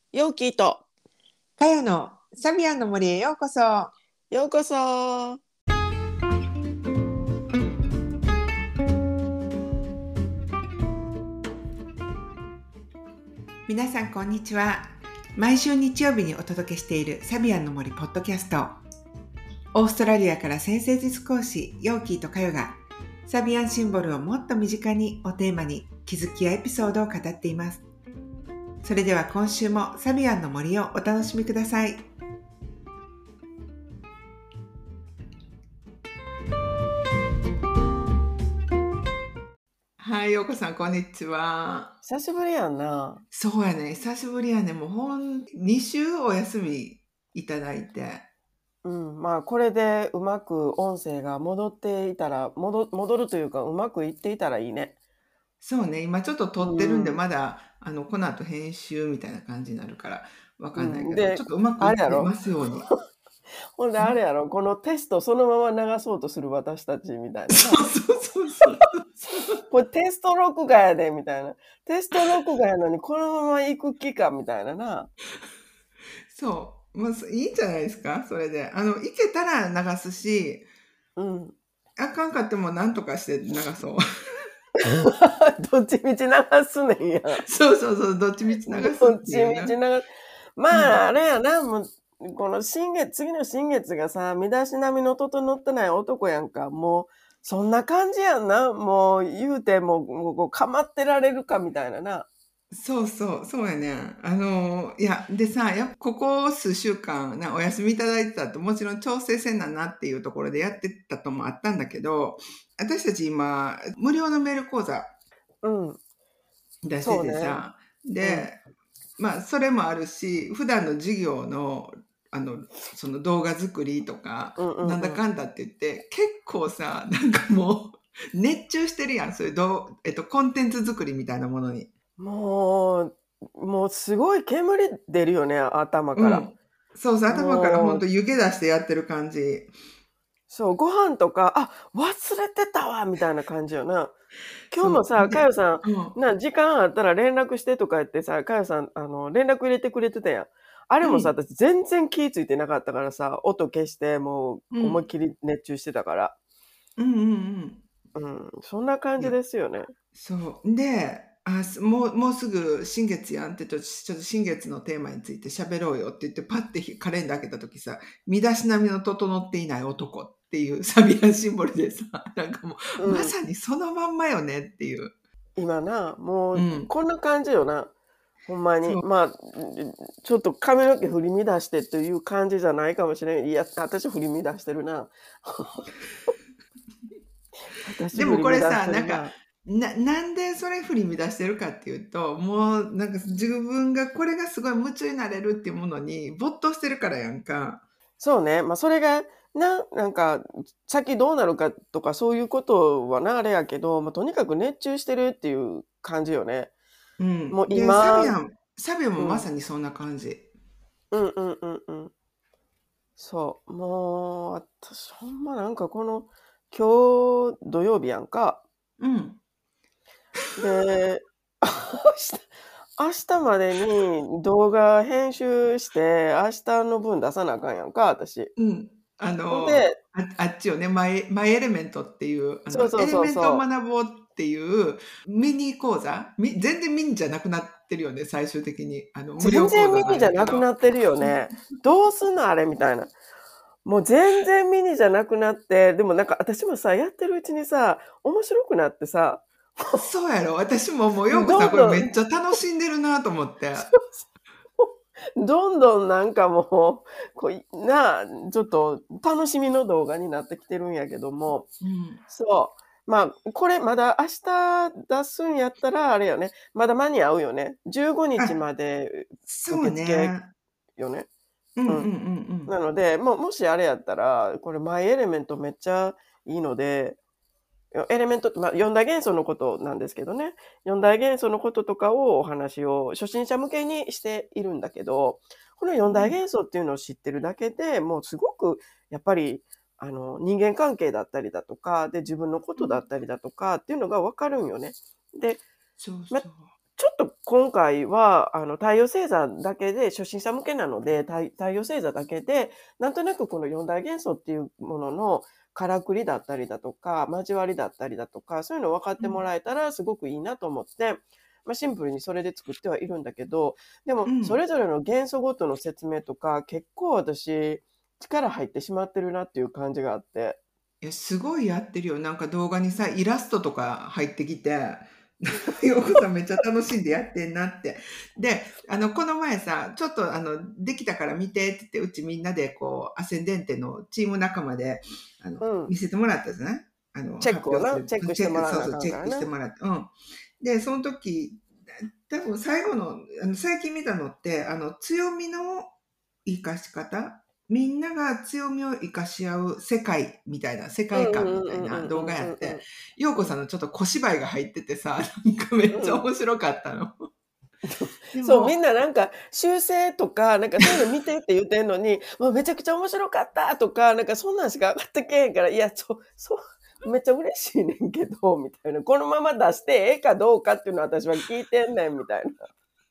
ヨーキーとかよのサビアンの森へようこそ。 ようこそ。 皆さんこんにちは。毎週日曜日にお届けしているサビアンの森ポッドキャスト。オーストラリアから先生術講師ヨーキーとかよがサビアンシンボルをもっと身近にをテーマに気づきやエピソードを語っています。それでは今週もサビアンの森をお楽しみください。はい、ようこさんこんにちは。 久しぶりやんな。 そうやね、久しぶりやね。もう2週お休みいただいて。 まあこれでうまく音声が戻っていたら、戻るというかうまくいっていたらいいね。 そうね、今ちょっと撮ってるんで、 うん。 まだ、この後編集みたいな感じになるから、わかんないけど、ちょで、 っとうまくいってまあれやろ。 すように。 ほんであれやろ。このテストそのまま流そうとする私たちみたいなな。 そうそうそうそうそう。 これテスト録画やでみたいな。テスト録画やのにこのまま行く気かみたいなな。 そう。まあ、いいんじゃないですかそれで。いけたら流すし、 うん。 あかんかっても何とかして流そう。 どっちみち流すねんや。 そうそうそう、どっちみち流すっどっちていうね。 みちうん。 まあ、あれやな、もう、この次の新月がさ、身だしなみの整ってない男やんか。もう、そんな感じやんな。もう、言うてもうこう、構ってられるかみたいなな。 そうそう、そうやね。いや、でさ、ここ数週間、お休みいただいてたって、もちろん調整せんなっていうところでやってたともあったんだけど、私たち今、無料のメール講座うん、 出してそうね。 てさ、 うん。 で、まあ、それもあるし、普段の授業の、その動画作りとか、 うんうんなんだうん。 かんだって言って、結構さ、なんかもう、熱中してるやん、そういうコンテンツ作りみたいなものに。 もうすごい煙出るよね、頭から。 うん。そうそう、頭からほんともう、 湯気出してやってる感じ。 そう、ご飯とか、あ、忘れてたわみたいな感じよな。今日もそう。 さ、かよさうん。 ん、時間あったら連絡してとか言ってさ、かよさん、連絡入れてくれてたやん。あれもさ、 うん。 私全然気ぃついてなかったからさ、音消して、もううん。 思いっきり熱中してたから。 うんうんうん。 うん、そんな感じいや、 ですよね。 そう。で、もうすぐ新月やんってちょっと新月のテーマについて喋ろうよって言って、パッてカレンダー開けた時さ、身だしなみの整っていない男っていうサビアンシンボルでさ、なんかもう、まうん。 さにそのまんまよねっていう。 今な、もう、 うん。 こんな感じよな。ほんまに。 そう。 まあ、ちょっと髪の毛振り乱してという感じじゃないかもしれん。いや、私振り乱してるな。私で振り乱しもこれさ、 てるな。 なんでそれ振り乱してるかっていうと、もうなんか自分がこれがすごい夢中になれるっていうものに没頭してるからやんか。 そうね。まあ、それが、なんか、先どうなるかとか、そういうことはな、あれやけど、まあ、とにかく熱中してるっていう感じよね。 うん。 もうで、 今、 サビアンもまうん、 さにそんな感じ。 うんうんうんうん。そう。もう、私、ほんまなんか今日土曜日やんか。 うん。 で、明日までに動画編集して、明日の分出さなあかんやんか、私。 うん。 ほんで、 あっちよね、マイエレメントっていう、 そうそうエレメントをそうそ学ぼうっていうミニ講座全然ミニじゃなくなってるよね、最終的に。 う。 無料全然講座ミニじゃなくなんやけど。 なってるよね。どうすんのあれみたいな。もう全然ミニじゃなくなって、でもなんか私もさ、やってるうちにさ、面白くなってさ、 そうやろ。私ももう、ようこさんこれどんどん、 めっちゃ楽しんでるなと思って。 どんどんなんかもう、ちょっと楽しみの動画になってきてるんやけども、 うん。 そう。まあ、これまだ明日出すんやったら、あれよね。まだ間に合うよね。15日あ、 までそう受付ね。 よね。 うんうんうんううん。なん。 ので、もしあれやったら、これマイエレメントめっちゃいいので、エレメントって、まあ、四大元素のことなんですけどね。四大元素のこととかをお話を初心者向けにしているんだけど、この四大うん。 元素っていうのを知ってるだけでもうすごく、やっぱり、人間関係だったりだとか、で、自分のこうん。 とだったりだとかっていうのがわかるんよね。で、ま、ちそうそう。 ょっと今回は、太陽星座だけで、初心者向けなので、太陽星座だけで、なんとなくこの四大元素っていうもののからくりだったりだとか、交わりだったりだとか、そういうの分かってもらえたらすごくいいなと思って、まあ、シンプルにそれで作ってはいるんだけど、でも、それぞれの元素ごとの説明とか、結構私、力入ってしまってるなっていう感じがあって。 すごいやってるよ。なんか動画にさ、イラストとか入ってきて、ようこさんめっちゃ楽しんでやってんなって。で、この前さ、ちょっとできたから見てって言って、うちみんなでこう、アセンデンテのチーム仲間で、見せてもらったじゃない？ チェックをな、 発表する。 チェックしてもらわなあそうそう、チェックかんからね。 してもらって。うん。で、その時、多分最後の、最近見たのって、強みの生かし方、みんなが強みを生かし合う世界みたいな、世界観みたいな動画やって、ようこさんのちょっと小芝居が入っててさ、なんかめっちゃ面白かったの。 そう、みんななんか修正とか、なんかそういうの見てって言ってんのに、まあ、めちゃくちゃ面白かったとか、なんかそんなんしか上がってけへんから、いや、めっちゃ嬉しいねんけど、みたいな。このまま出してええかどうかっていうのは私は聞いてんねん、みたいな。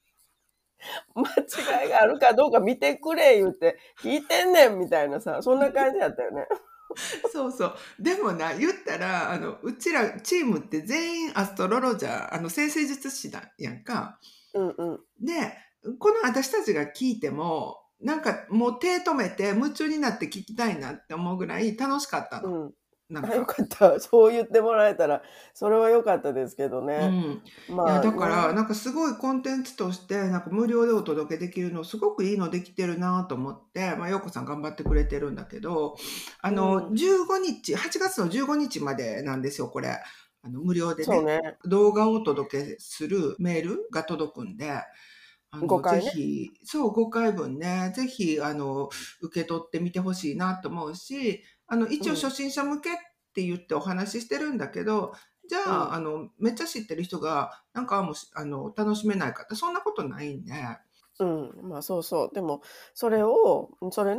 間違いがあるかどうか見てくれ、言うて、聞いてんねん、みたいなさ、そんな感じだったよね。 そうそう。でもな、言ったら、うちらチームって全員アストロロジャー、先生術師だやんか。 うんうん。 で、この私たちが聞いても、なんかもう手止めて夢中になって聞きたいなって思うぐらい楽しかったの。 うん。 なんよか。 かった。そう言ってもらえたら、それは良かったですけどね。 いや、 まあだから、 ね。 なんかすごいコンテンツとして、なんか無料でお届けできるの、すごくいいのできてるなと思って、まあ、ようこさん頑張ってくれてるんだけど、15日、8月の15日までなんですよ、これ。無料でね、 そうね。 動画をお届けするメールが届くんで、ぜ 5回ね。 ひ、そう、5回分ね、ぜひ、受け取ってみてほしいなと思うし、一応初心者向けって言ってお話ししてるんだけど、じゃあ、めっちゃ知ってる人が、なんかもう、楽しめないかって、そんなことないんで。 うん。まあそうそう。でも、それの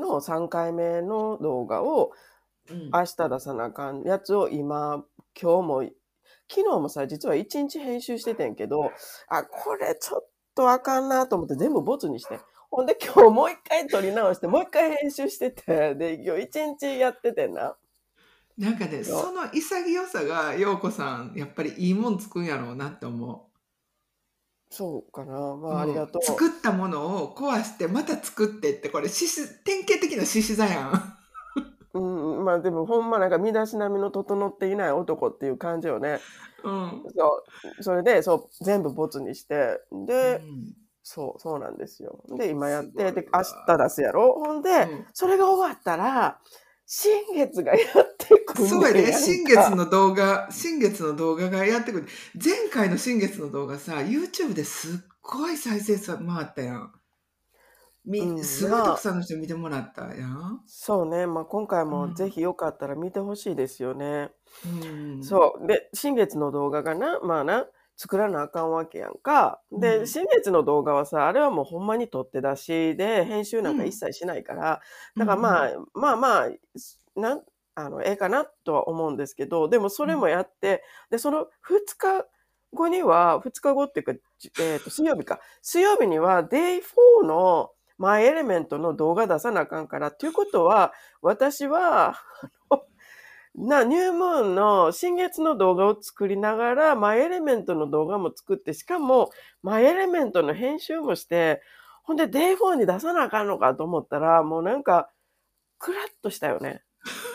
3回目の動画を明日出さなあかんやつを今日昨日もさ、実は1日編集しててんけど、あ、これちょっとあかんなと思って全部ボツにして。ほんで今日もう一回撮り直して、もう一回編集してて、で、今日1日やっててんな。 なんかね、その潔さが、ようこさん、やっぱりいいもん作んやろうなって思そうかな。まう。 あありがと作ったものを壊して、また作ってって、これ、典型的な獅子座やん。 う。うん、まあでもほんまなんか身だしなみの整っていない男っていう感じよね。そう。それで、そう、全部ボツにして、で、そうなんですよ。で、今やって、で、明日出すやろ。ほんで、それが終わったら、新月がやってくんねんそうやで、 やんか。 新月の動画がやってくる。前回の新月の動画さ、YouTube ですっごい再生数回ったやん。すごいたくさんの人見てもらったやん。 そうね。まあ今回もぜひよかったら見てほしいですよね。 うん。 そう。で、新月の動画がな、まあな、作らなあかんわけやんか。で、新月の動画はさ、あれはもうほんまに撮って出しで、編集なんか一切しないから、だからまあ、ええかなとは思うんですけど、でもそれもやって、で、その2日後には、2日後っていうか、水曜日か。水曜日には Day4 のマイエレメントの動画出さなあかんから、っていうことは、私は、ニュームーンの新月の動画を作りながら、マイエレメントの動画も作って、しかも、マイエレメントの編集もして、ほんで、デイ4に出さなあかんのかと思ったら、もうなんか、クラッとしたよね。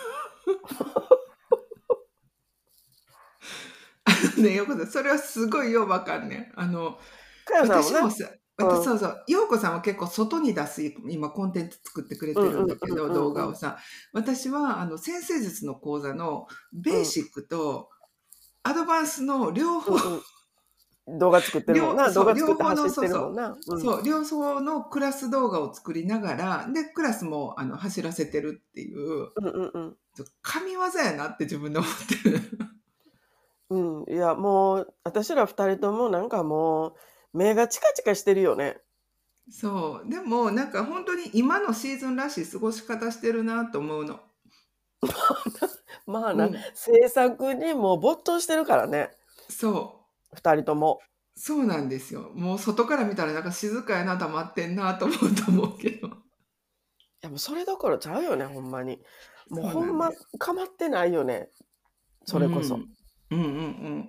ね、ようこさん、それはすごいようわかんねん。 かよさんもね。 私もさ、そうそう、ようこさんは結構外に出す、今コンテンツ作ってくれてるんだけど、動画をさ、私は先生術の講座のベーシックとアドバンスの両方、 動画作ってるもんな。動画作って走ってるそうもんな。 そう、両方のクラス動画を作りながら、で、クラスも走らせてるっていう、神業やなって自分で思ってる。 いや、もう、私ら二人ともなんかもう、目がチカチカしてるよね。 そう。でも、なんか本当に今のシーズンらしい過ごし方してるなと思うの。 まあな、制作にもう没頭してるからね。 そ二人とも。 そうなんですよ。もう外から見たらなんか静かやな、黙ってんなと思うと思うけど。 いやもうそれどころちゃうよね、ほんまに。もうそうほんまなんです。 構ってないよね、 うそれこそ。 ん。うんうんうん。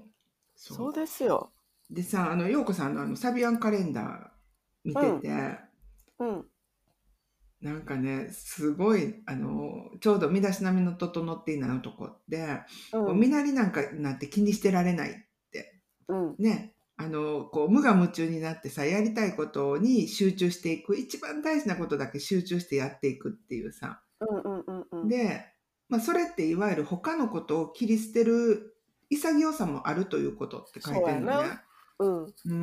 そうそですよ。 う。でさ、陽子さんのサビアンカレンダー見てうん、 て、 うん、 なんかね、すごい、ちょうど身だしなみの整っていない男って、こう、 うん、 身なりなんかなって気にしてられないって。 うん、 ね。こう、無我夢中になってさ、やりたいことに集中していく。一番大事なことだけ集中してやっていくっていうさ。 うんうんうんうん。 で、まあ、それっていわゆる他のことを切り捨てる潔さもあるということって書いそうやな。 てんのね。 うん。 うん、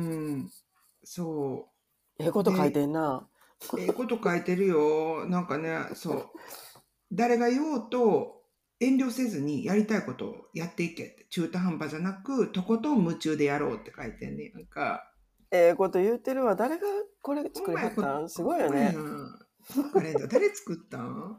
そええこう。 と書いで、 てんな。 ええこと書いてるよ。なんかね、そう。誰が言おうと遠慮せずにやりたいことをやっていけって。中途半端じゃなく、とことん夢中でやろうって書いてんね。なんか、 ええこと言うてるわ。誰がこれ作りはほんまや、 ったんすごいほんまや。 よね。 カレンダー誰作ったん？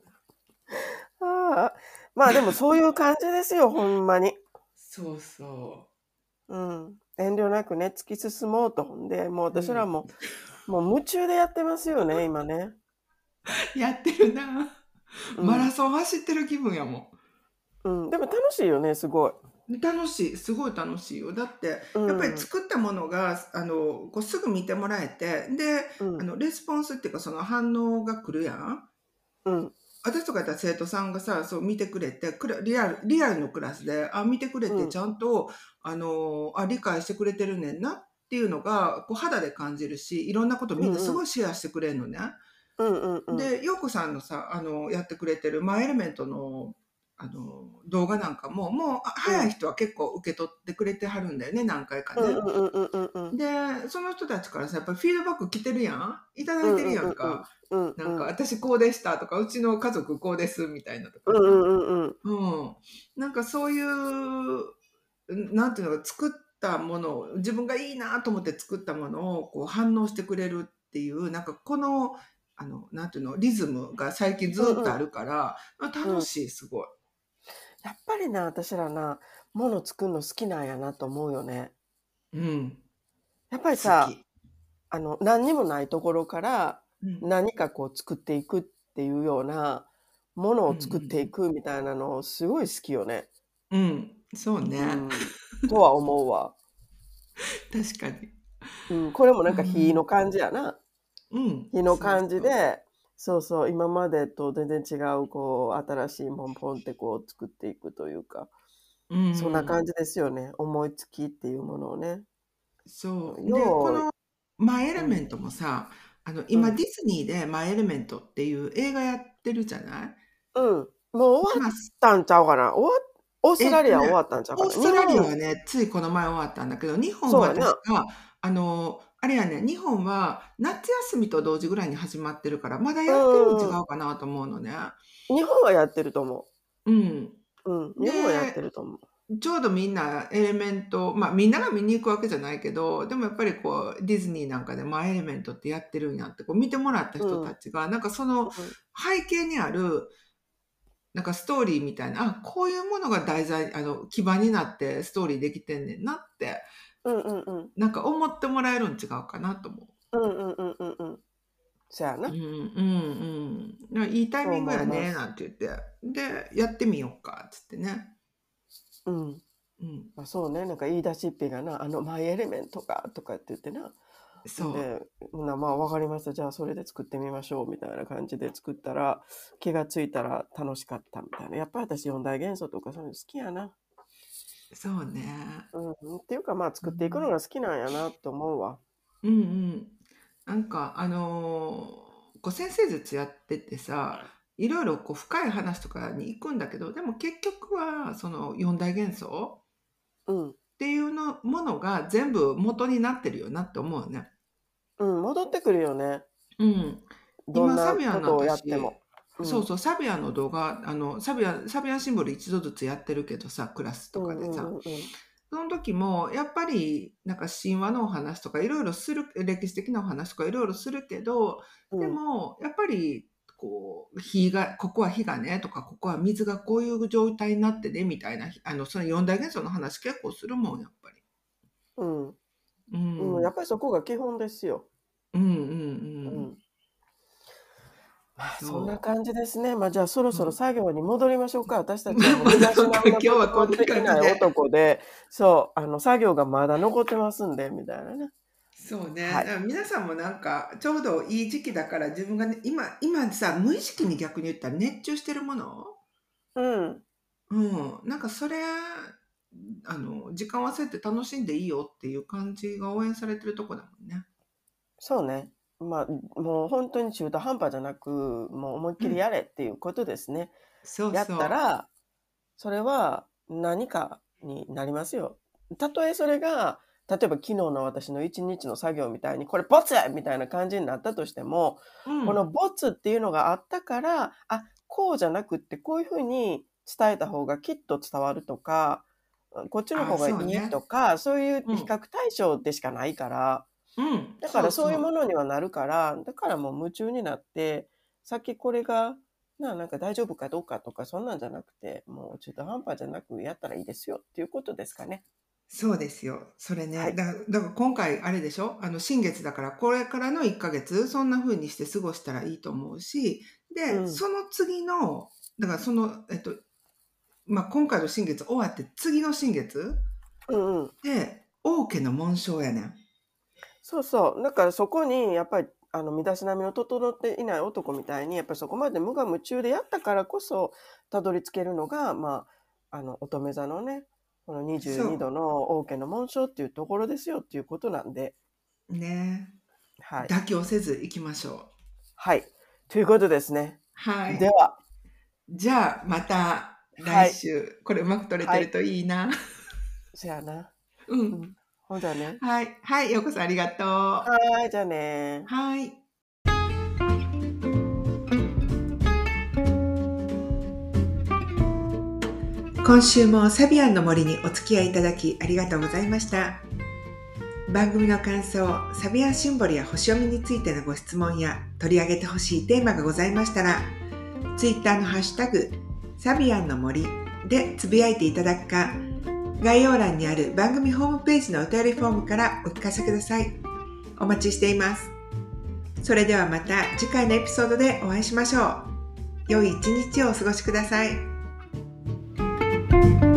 ああ。まあでもそういう感じですよ、ほんまに。 そうそうん。遠慮なくね、突き進もうと。ほんで、もうう。うん。 私らも、もう夢中でやってますよね、今ね。 やってるな。マラうん。 ソン走ってる気分やもうん。でも楽しいよね、すごい。 ん。楽しい。すごい楽しいよ。だって、 うやっぱりん。 作ったものが、こうすぐ見てもらえて、で、 うん。 レスポンスっていうかその反応が来るやん。 うん。 私とかやったら生徒さんがさ、そう見てくれて、リアルのクラスで、あ、見てくれて、ちうん。 ゃんと、理解してくれてるねんなっていうのが、こう肌で感じるし、いろんなことみんなすうんうん。 ごいシェアしてくれるのね。 うんうんうん。 で、陽子さんのさ、やってくれてるマイエレメントの、動画なんかも、もう、早いうん。 人は結構受け取ってくれてはるんだよね、何回かうんね。 うんうんうんうんうん。 で、その人たちからさ、やっぱりフィードバック来てるやん、いただいてるうんうんやんか。 うんうん。うんなんか、 うん。 私こうでしたとか、うちの家族こうですみたいなとかさ。 うんうんうんうん。 うん。なんかそういう、なんていうのか、作ったものを、自分がいいなと思って作ったものをこう反応してくれるっていう、なんかこの、なんていうの、リズムが最近ずっとあうんうん。 るから、 うん。 楽しい、すごい。 やっぱりな、私らな、もの作るの好きなんやなと思うよね。 うん。 やっぱりさ、 好き。 何にもないところからうん。 何かこう作っていくっていうようなものうんうを作っていくみたいなのすごい好きよね。 んうん。うん。そううね。 ん。とは思うわ。 確かに。 うん。これもなんか火うん。 の感じやな。 うん。 火のそう感じそう。 で、そうそう、今までと全然違う、こう、新しいもんポンってこう作っていくというか、 うそんなん。 感じですよね。思いつきっていうものをね。 そう。で、こよう、 のマイエうん、 レメントもさ、今うん、 ディズニーでマイエレメントっていう映画やってるじゃない。 うん。もう終わっまあ、 たんちゃうかな。オーストラリア終わったんちゃうかな。 オーストラリア日本、 はね、ついこの前終わったんだけど、日本はそうやな。 確か、あれやね、日本は夏休みと同時ぐらいに始まってるから、まだうやってるん違ん、うん。 うかなと思うのね。 日本はやってると思うん。 う。うん。日本はやってで、 ると思う。 ちょうどみんなエレメント、まあみんなが見に行くわけじゃないけど、でもやっぱりこうディズニーなんかでマイエレメントってやってるんやってこう見てもらった人うん、 たちが、なんかそのうん、 背景にあるなんかストーリーみたいな、あ、こういうものが題材、基盤になってストーリーできてんねんなって、 うん、うん、うん。 なんか思ってもらえるん違うかなと思うん、うん、うん、うん。うん。そやう。うな。 んうんうん。いいタイそうミングやね、 思います。 なんて言って。で、やってみようか、つってね。 うん。 うん。 まあ、そうね、なんか言い出しっぺがな、マイエレメントがとかって言ってな。 そう。 で、まあ分かりました。じゃあそれで作ってみましょうみたいな感じで作ったら、気がついたら楽しかったみたいな。やっぱり私四大元素とかそういうの好きやな。 そうね。 うん。っていうかまあう作っていくのがん。 好きなんやなと思うわ。 うんうん。なんか、こう先生術やっててさ、いろいろこう深い話とかに行くんだけど、でも結局はその四大元素うん。 っていうものが全部元になってるよなって思うね。 うん。戻ってくるよね。 うん。今、 どんなサビアンのことをやって私、 も。うん。 そうそう、サビアンの動画、サビアンシンボル一度ずつやってるけどさ、クラスとうんうかでさ。 んうんうん。 その時も、やっぱり、なんか神話のお話とかいろいろする、歴史的なお話とかいろいろするけど、 うん。 でも、やっぱり、こう、ここは火がね、とか、ここは水がこういう状態になってね、みたいな、その四大元素の話結構するもん、やっぱり。 うん。 やっぱりそこが基本ですよ。そんな感じですね。じゃあそろそろ作業に戻りましょうか。私たちはもう身だしなみのことできない男で、そう、作業がまだ残ってますんで、みたいなね。 そうね。だから皆さんもなんか、ちょうどいい時期だから自分がね、今さ、無意識に逆に言ったら熱中してるものなんかそれ、時間忘れて楽しんでいいよっていう感じが応援されてるとこだもんね。 そうね。もう本当に中途半端じゃなく、もう思いっきりやれっていうことですね。やったら、それは何かになりますよ。たとえそれが、例えば昨日の私の一日の作業みたいに、これボツみたいな感じになったとしても、このボツっていうのがあったから、こうじゃなくってこういうふうに伝えた方がきっと伝わるとか、こっちの方がいいとか、そういう比較対象でしかないから、だからそういうものにはなるから、だからもう夢中になって、さっきこれが、なんか大丈夫かどうかとか、そんなんじゃなくて、もう中途半端じゃなくやったらいいですよっていうことですかね。 そうですよ。それね。だから今回あれでしょ？新月だから、これからの1ヶ月、そんな風にして過ごしたらいいと思うし、で、その次の、だから今回の新月終わって次の新月で、王家の紋章やねん。 そうそう。だからそこに、やっぱり、身だしなみの整っていない男みたいに、やっぱりそこまで無我夢中でやったからこそ、たどり着けるのが、乙女座のね、この22度の王家の紋章っていうところですよっていうことなんで。 ね。はい。妥協せず行きましょう。 はい。ということですね。 はい。 では。 じゃあ、また来週、これうまく取れてるといいな。 そやな。ほんじゃね。 はい。はい。ようこさんありがとう。 はい。じゃあね。 はい。今週もサビアンの森にお付き合いいただきありがとうございました。番組の感想、サビアンシンボルや星読みについてのご質問や取り上げてほしいテーマがございましたら、Twitter のハッシュタグ、サビアンの森でつぶやいていただくか、概要欄にある番組ホームページのお便りフォームからお聞かせください。お待ちしています。それではまた次回のエピソードでお会いしましょう。良い一日をお過ごしください。